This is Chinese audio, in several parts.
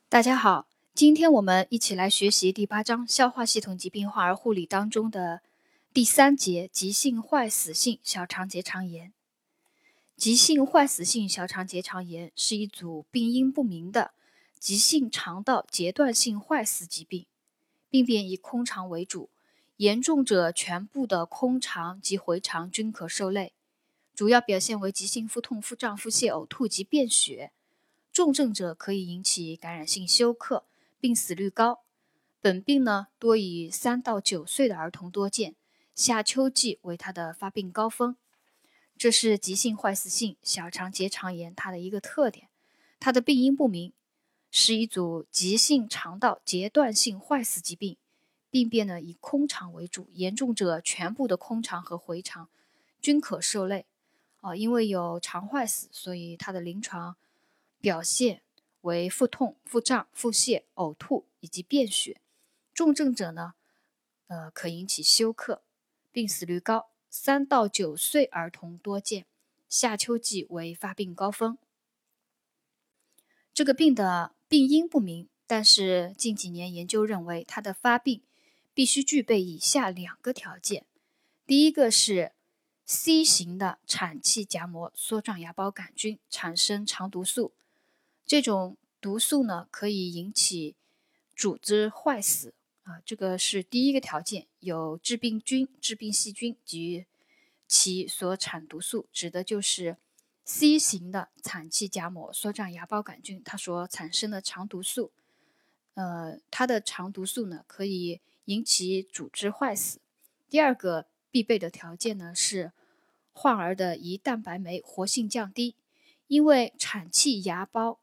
大家好，今天我们一起来学习第8章消化系统疾病患儿护理当中的第3节急性坏死性小肠结肠炎。急性坏死性小肠结肠炎是一组病因不明的急性肠道阶段性坏死疾病，病变以空肠为主，严重者全部的空肠及回肠均可受累，主要表现为急性腹痛、腹胀、腹泻、呕吐及便血。重症者可以引起感染性休克，病死率高。本病呢多以3到9岁的儿童多见，夏秋季为它的发病高峰。这是急性坏死性小肠结肠炎它的一个特点，它的病因不明，是一组急性肠道阶段性坏死疾病，病变呢以空肠为主，严重者全部的空肠和回肠均可受累。因为有肠坏死，所以它的临床表现为腹痛、腹胀、腹泻、呕吐以及便血。重症者呢，可引起休克，病死率高，3到9岁儿童多见，夏秋季为发病高峰。这个病的病因不明，但是近几年研究认为它的发病必须具备以下2个条件。第一个是 C 型的产气荚膜梭状芽孢杆菌产生肠毒素，这种毒素呢可以引起组织坏死这个是第一个条件，有致病菌、致病细菌及其所产毒素，指的就是 C 型的产气荚膜梭状芽孢杆菌它所产生的肠毒素。它的肠毒素呢可以引起组织坏死。第二个必备的条件呢是患儿的胰蛋白酶活性降低，因为产气芽孢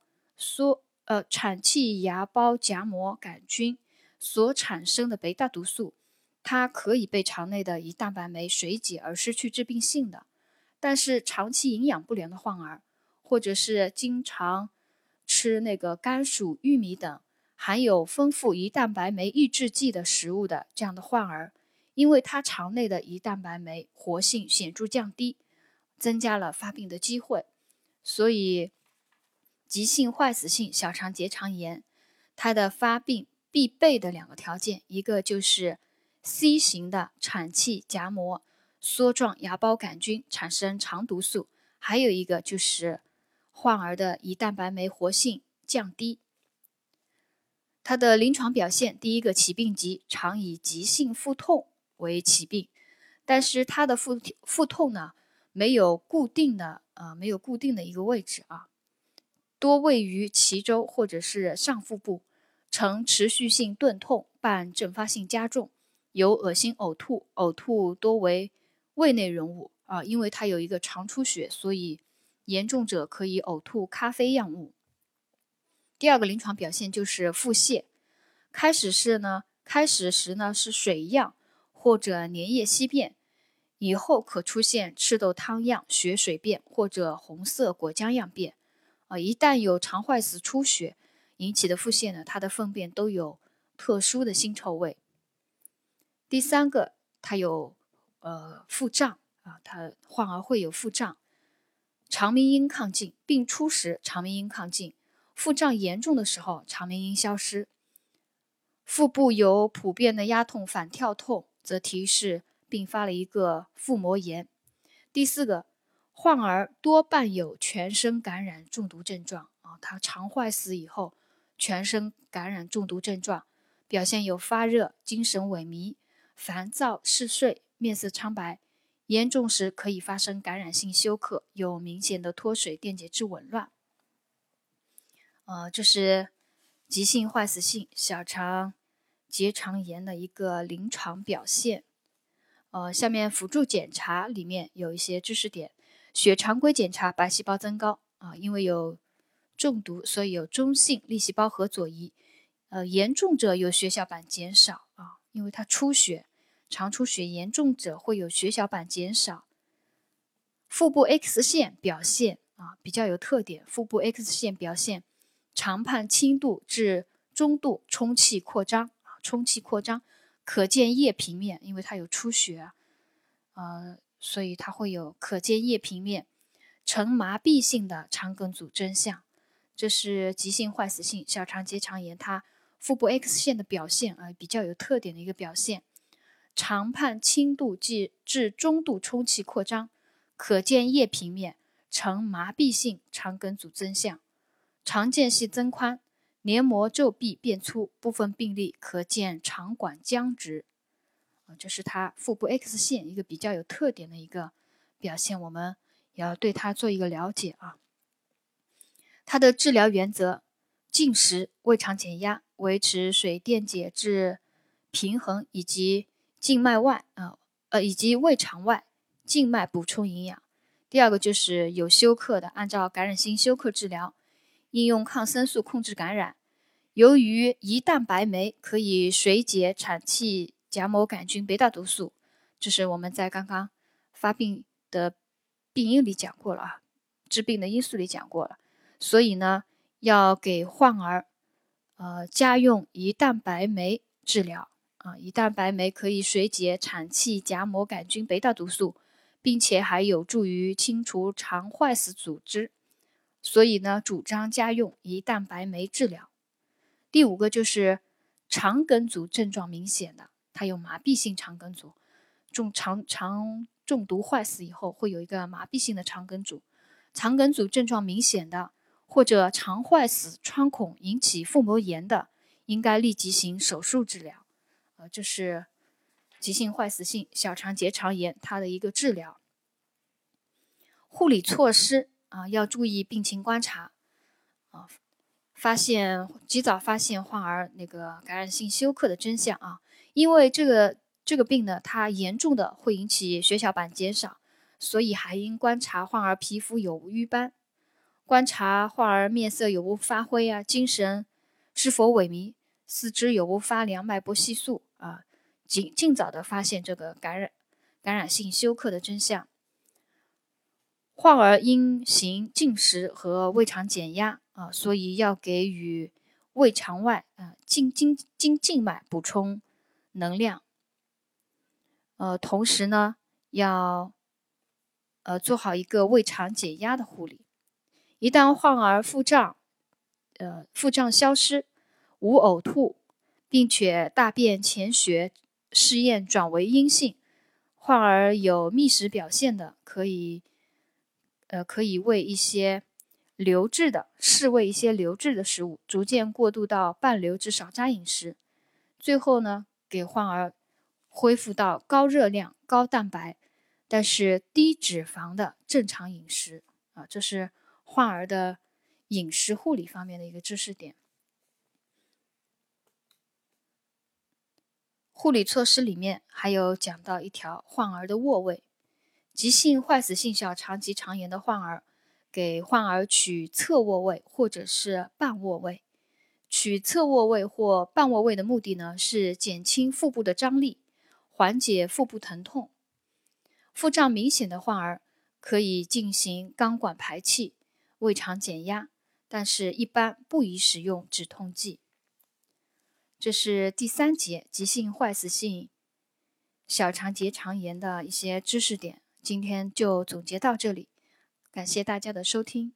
荚膜杆菌所产生的贝塔毒素，它可以被肠内的胰蛋白酶水解而失去致病性的。但是长期营养不良的患儿，或者是经常吃那个甘薯、玉米等含有丰富胰蛋白酶抑制剂的食物的这样的患儿，因为他肠内的胰蛋白酶活性显著降低，增加了发病的机会。所以急性坏死性小肠结肠炎它的发病必备的2个条件，一个就是 C 型的产气荚膜梭状芽孢杆菌产生肠毒素，还有一个就是患儿的胰蛋白酶活性降低。它的临床表现，第一个起病急，常以急性腹痛为起病，但是它的腹痛呢没有固定的一个位置多位于脐周或者是上腹部，呈持续性钝痛伴阵发性加重，有恶心呕吐，呕吐多为胃内容物因为它有一个肠出血，所以严重者可以呕吐咖啡样物。第二个临床表现就是腹泻，开始时呢是水样或者粘液稀便，以后可出现赤豆汤样血水便或者红色果浆样便一旦有肠坏死出血引起的腹泻呢，它的粪便都有特殊的腥臭味。第三个，它有腹胀它患儿会有腹胀，肠鸣音亢进，病初时肠鸣音亢进，腹胀严重的时候肠鸣音消失。腹部有普遍的压痛、反跳痛，则提示并发了一个腹膜炎。第四个，患儿多伴有全身感染中毒症状他肠坏死以后全身感染中毒症状，表现有发热、精神萎靡、烦躁、嗜睡、面色苍白，严重时可以发生感染性休克，有明显的脱水、电解质紊乱。这是急性坏死性小肠结肠炎的一个临床表现。下面辅助检查里面有一些知识点。血常规检查白细胞增高因为有中毒，所以有中性粒细胞核左移。严重者有血小板减少因为它出血，肠出血严重者会有血小板减少。腹部 X 线表现比较有特点，腹部 X 线表现肠畔轻度至中度充气扩张，可见叶平面，因为它有出血所以它会有可见叶平面，呈麻痹性的肠梗阻征象， 这是急性坏死性小肠结肠炎它腹部 X 线的表现比较有特点的一个表现。肠畔轻度至中度充气扩张，可见叶平面呈麻痹性肠梗阻增象，肠间隙增宽，黏膜皱壁变粗，部分病例可见肠管僵直。这是它腹部 X 线一个比较有特点的一个表现，我们也要对它做一个了解啊。它的治疗原则：禁食、胃肠减压、维持水电解质平衡，以及以及胃肠外静脉补充营养。第二个就是有休克的，按照感染性休克治疗，应用抗生素控制感染。由于胰蛋白酶可以水解产气荚膜杆菌贝塔毒素，这是我们在刚刚发病的病因里讲过了啊，致病的因素里讲过了。所以呢，要给患儿加用胰蛋白酶治疗胰蛋白酶可以水解产气荚膜杆菌贝塔毒素，并且还有助于清除肠坏死组织，所以呢，主张加用胰蛋白酶治疗。第五个就是肠梗阻症状明显的，它有麻痹性肠梗阻，肠中毒坏死以后会有一个麻痹性的肠梗阻，肠梗阻症状明显的，或者肠坏死穿孔引起腹膜炎的，应该立即行手术治疗。这是急性坏死性小肠结肠炎它的一个治疗。护理措施要注意病情观察及早发现患儿那个感染性休克的真相因为这个病呢，它严重的会引起血小板减少，所以还应观察患儿皮肤有无瘀斑，观察患儿面色有无发灰精神是否萎靡，四肢有无发凉、脉搏细肃尽早的发现这个感染性休克的真相。患儿应行禁食和胃肠减压所以要给予胃肠外经静脉补充能量。同时呢，要做好一个胃肠减压的护理。一旦患儿腹胀消失，无呕吐，并且大便潜血试验转为阴性，患儿有觅食表现的，可以喂一些试喂一些流质的食物，逐渐过渡到半流至少渣饮食。最后呢，给患儿恢复到高热量、高蛋白，但是低脂肪的正常饮食这是患儿的饮食护理方面的一个知识点。护理措施里面还有讲到一条患儿的卧位。急性坏死性小肠结肠炎的患儿，给患儿取侧卧位或者是半卧位。取侧卧位或半卧位的目的呢，是减轻腹部的张力，缓解腹部疼痛。腹胀明显的患儿可以进行肛管排气、胃肠减压，但是一般不宜使用止痛剂。这是第3节急性坏死性小肠结肠炎的一些知识点。今天就总结到这里，感谢大家的收听。